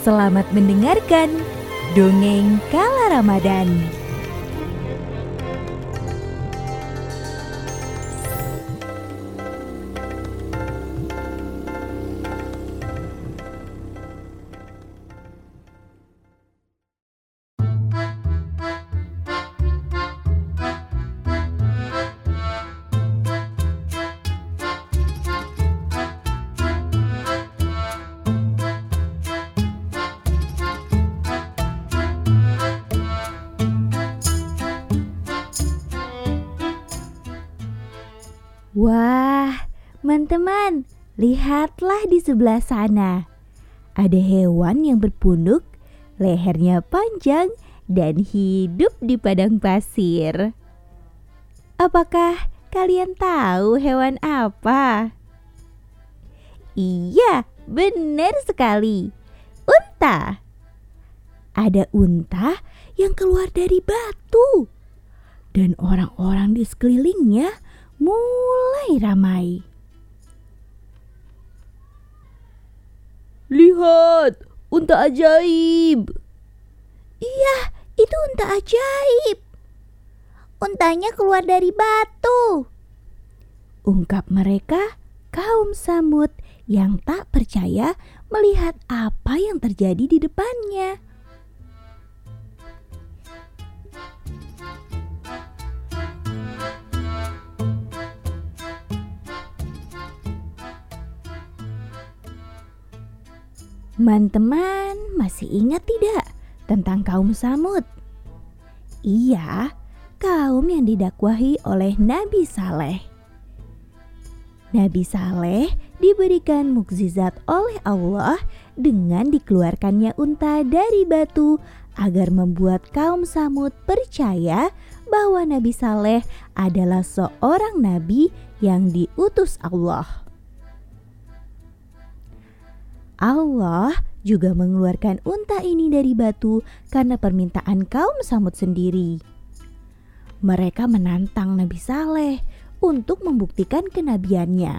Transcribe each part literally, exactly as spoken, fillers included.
Selamat mendengarkan Dongeng Kala Ramadan. Wah, teman-teman, lihatlah di sebelah sana. Ada hewan yang berpunduk, lehernya panjang dan hidup di padang pasir. Apakah kalian tahu hewan apa? Iya, benar sekali. Unta. Ada unta yang keluar dari batu. Dan orang-orang di sekelilingnya mulai ramai. Lihat, unta ajaib. Iya, itu unta ajaib. Untanya keluar dari batu, ungkap mereka kaum Samud yang tak percaya melihat apa yang terjadi di depannya. Teman-teman masih ingat tidak tentang kaum Samud? Iya, kaum yang didakwahi oleh Nabi Saleh. Nabi Saleh diberikan mukjizat oleh Allah dengan dikeluarkannya unta dari batu agar membuat kaum Samud percaya bahwa Nabi Saleh adalah seorang nabi yang diutus Allah. Allah juga mengeluarkan unta ini dari batu karena permintaan kaum Samud sendiri. Mereka menantang Nabi Saleh untuk membuktikan kenabiannya.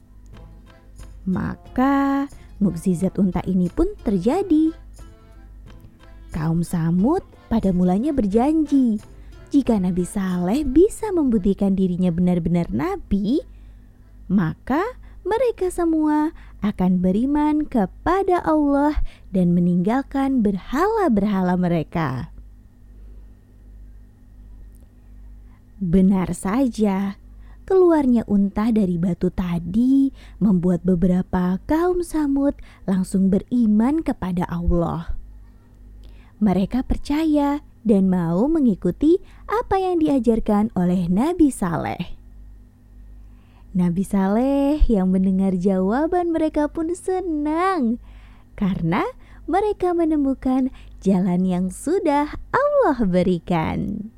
Maka mukjizat unta ini pun terjadi. Kaum Samud pada mulanya berjanji jika Nabi Saleh bisa membuktikan dirinya benar-benar nabi, maka mereka semua akan beriman kepada Allah dan meninggalkan berhala-berhala mereka. Benar saja, keluarnya unta dari batu tadi membuat beberapa kaum Samud langsung beriman kepada Allah. Mereka percaya dan mau mengikuti apa yang diajarkan oleh Nabi Saleh. Nabi Saleh yang mendengar jawaban mereka pun senang karena mereka menemukan jalan yang sudah Allah berikan.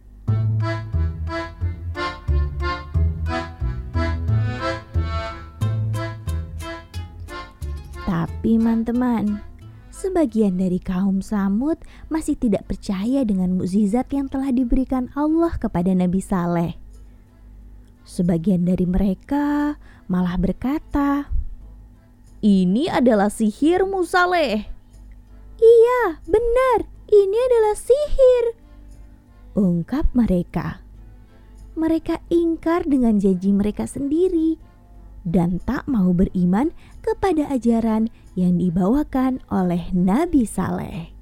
Tapi teman-teman, sebagian dari kaum Samud masih tidak percaya dengan mukjizat yang telah diberikan Allah kepada Nabi Saleh. Sebagian dari mereka malah berkata, "Ini adalah sihirmu, Saleh." "Iya, benar, ini adalah sihir," ungkap mereka. Mereka ingkar dengan janji mereka sendiri dan tak mau beriman kepada ajaran yang dibawakan oleh Nabi Saleh.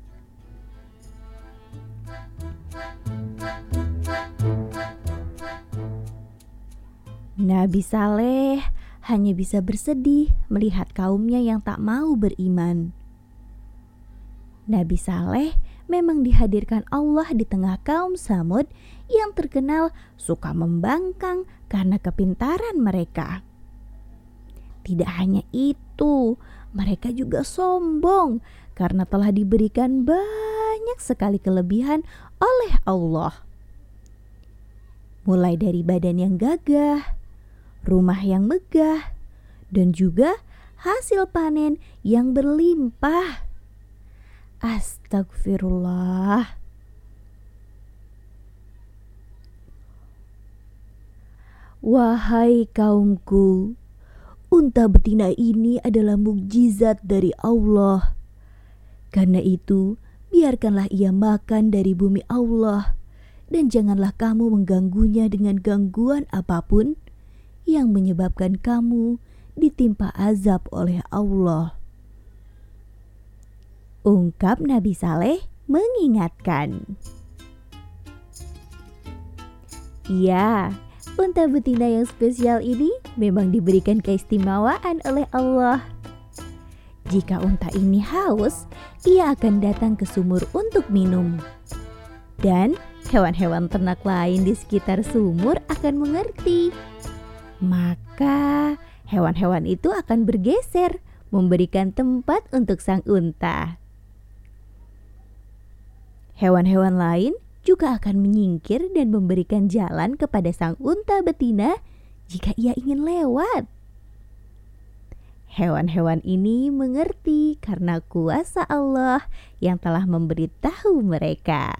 Nabi Saleh hanya bisa bersedih melihat kaumnya yang tak mau beriman. Nabi Saleh memang dihadirkan Allah di tengah kaum Samud yang terkenal suka membangkang karena kepintaran mereka. Tidak hanya itu, mereka juga sombong karena telah diberikan banyak sekali kelebihan oleh Allah. Mulai dari badan yang gagah, rumah yang megah, dan juga hasil panen yang berlimpah. Astagfirullah. Wahai kaumku, unta betina ini adalah mukjizat dari Allah. Karena itu, biarkanlah ia makan dari bumi Allah, dan janganlah kamu mengganggunya dengan gangguan apapun yang menyebabkan kamu ditimpa azab oleh Allah. Ungkap Nabi Saleh mengingatkan. Ya, unta betina yang spesial ini memang diberikan keistimewaan oleh Allah. Jika unta ini haus, ia akan datang ke sumur untuk minum. Dan hewan-hewan ternak lain di sekitar sumur akan mengerti. Maka hewan-hewan itu akan bergeser, memberikan tempat untuk sang unta. Hewan-hewan lain juga akan menyingkir dan memberikan jalan kepada sang unta betina jika ia ingin lewat. Hewan-hewan ini mengerti karena kuasa Allah yang telah memberitahu mereka.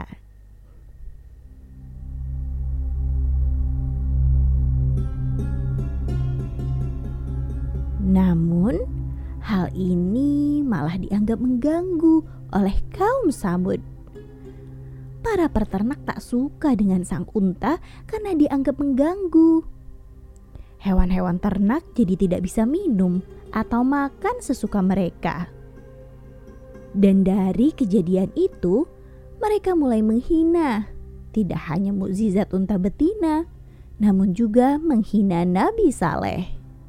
Namun, hal ini malah dianggap mengganggu oleh kaum Tsamud. Para peternak tak suka dengan sang unta karena dianggap mengganggu. Hewan-hewan ternak jadi tidak bisa minum atau makan sesuka mereka. Dan dari kejadian itu, mereka mulai menghina tidak hanya mukjizat unta betina, namun juga menghina Nabi Saleh.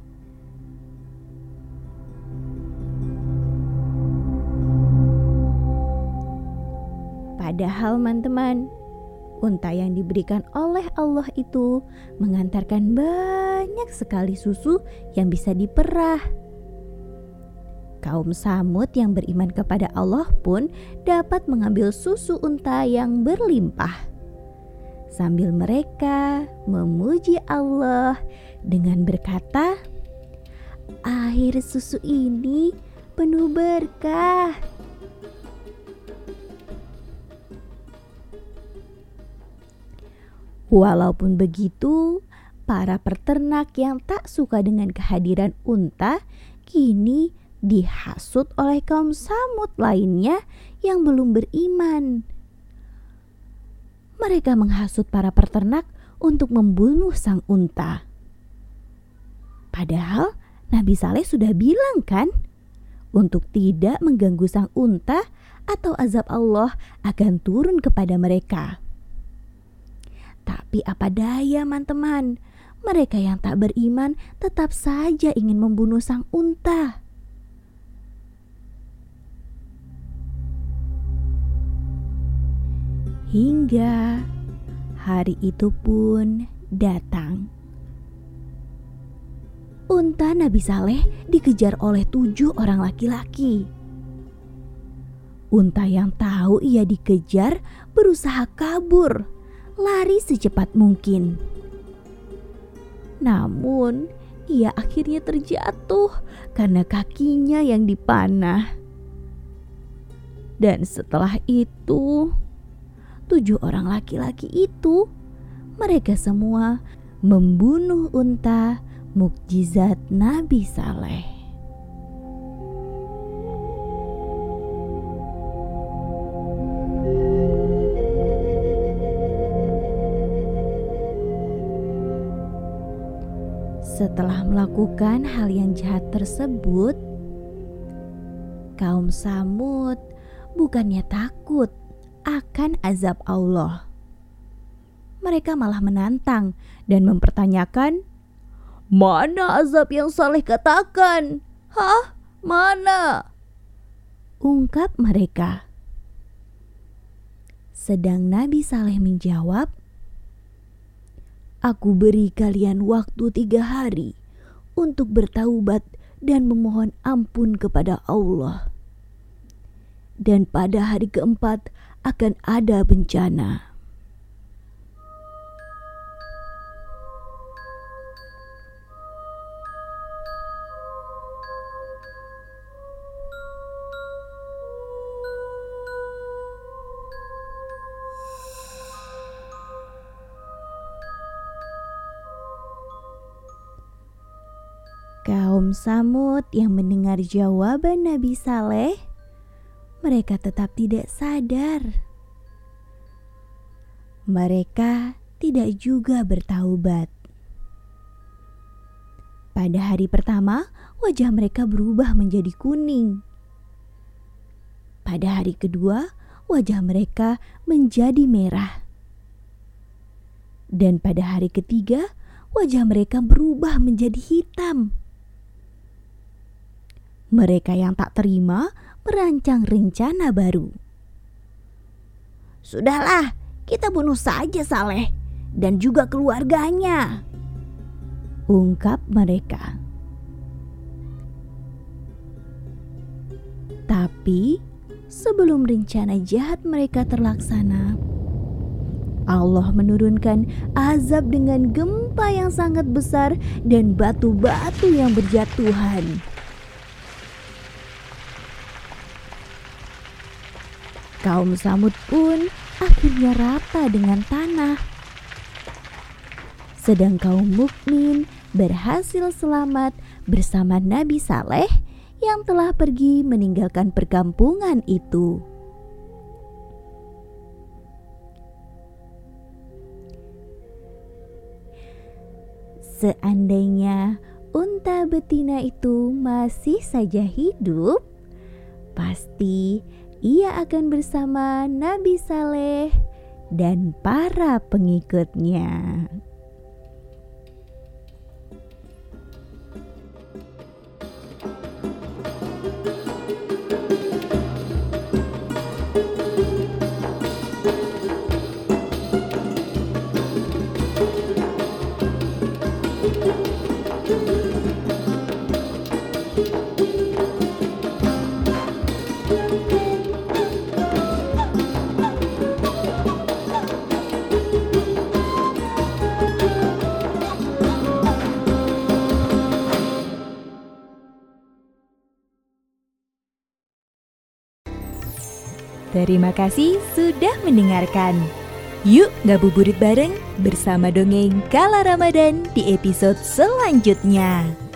Padahal teman-teman, unta yang diberikan oleh Allah itu mengantarkan banyak sekali susu yang bisa diperah. Kaum Tsamud yang beriman kepada Allah pun dapat mengambil susu unta yang berlimpah. Sambil mereka memuji Allah dengan berkata, "Air susu ini penuh berkah." Walaupun begitu, para peternak yang tak suka dengan kehadiran unta kini dihasut oleh kaum Tsamud lainnya yang belum beriman. Mereka menghasut para peternak untuk membunuh sang unta. Padahal Nabi Saleh sudah bilang kan, untuk tidak mengganggu sang unta atau azab Allah akan turun kepada mereka. Tapi apa daya teman-teman, mereka yang tak beriman tetap saja ingin membunuh sang unta. Hingga hari itu pun datang. Unta Nabi Saleh dikejar oleh tujuh orang laki-laki. Unta yang tahu ia dikejar berusaha kabur, lari secepat mungkin. Namun, ia akhirnya terjatuh karena kakinya yang dipanah. Dan setelah itu, tujuh orang laki-laki itu, mereka semua membunuh unta mukjizat Nabi Saleh. Setelah melakukan hal yang jahat tersebut, kaum Tsamud bukannya takut akan azab Allah. Mereka malah menantang dan mempertanyakan, "Mana azab yang Saleh katakan? Hah? Mana?" Ungkap mereka. Sedang Nabi Saleh menjawab, "Aku beri kalian waktu tiga hari untuk bertaubat dan memohon ampun kepada Allah. Dan pada hari keempat akan ada bencana." Kaum Tsamud yang mendengar jawaban Nabi Saleh mereka tetap tidak sadar. Mereka tidak juga bertaubat. Pada hari pertama, wajah mereka berubah menjadi kuning. Pada hari kedua, wajah mereka menjadi merah. Dan pada hari ketiga, wajah mereka berubah menjadi hitam. Mereka yang tak terima merancang rencana baru. "Sudahlah, kita bunuh saja Saleh dan juga keluarganya," ungkap mereka. Tapi sebelum rencana jahat mereka terlaksana, Allah menurunkan azab dengan gempa yang sangat besar dan batu-batu yang berjatuhan. Kaum Samud pun akhirnya rata dengan tanah. Sedang kaum mukmin berhasil selamat bersama Nabi Saleh yang telah pergi meninggalkan perkampungan itu. Seandainya unta betina itu masih saja hidup, pasti ia akan bersama Nabi Saleh dan para pengikutnya. Terima kasih sudah mendengarkan. Yuk ngabuburit bareng bersama dongeng Kala Ramadan di episode selanjutnya.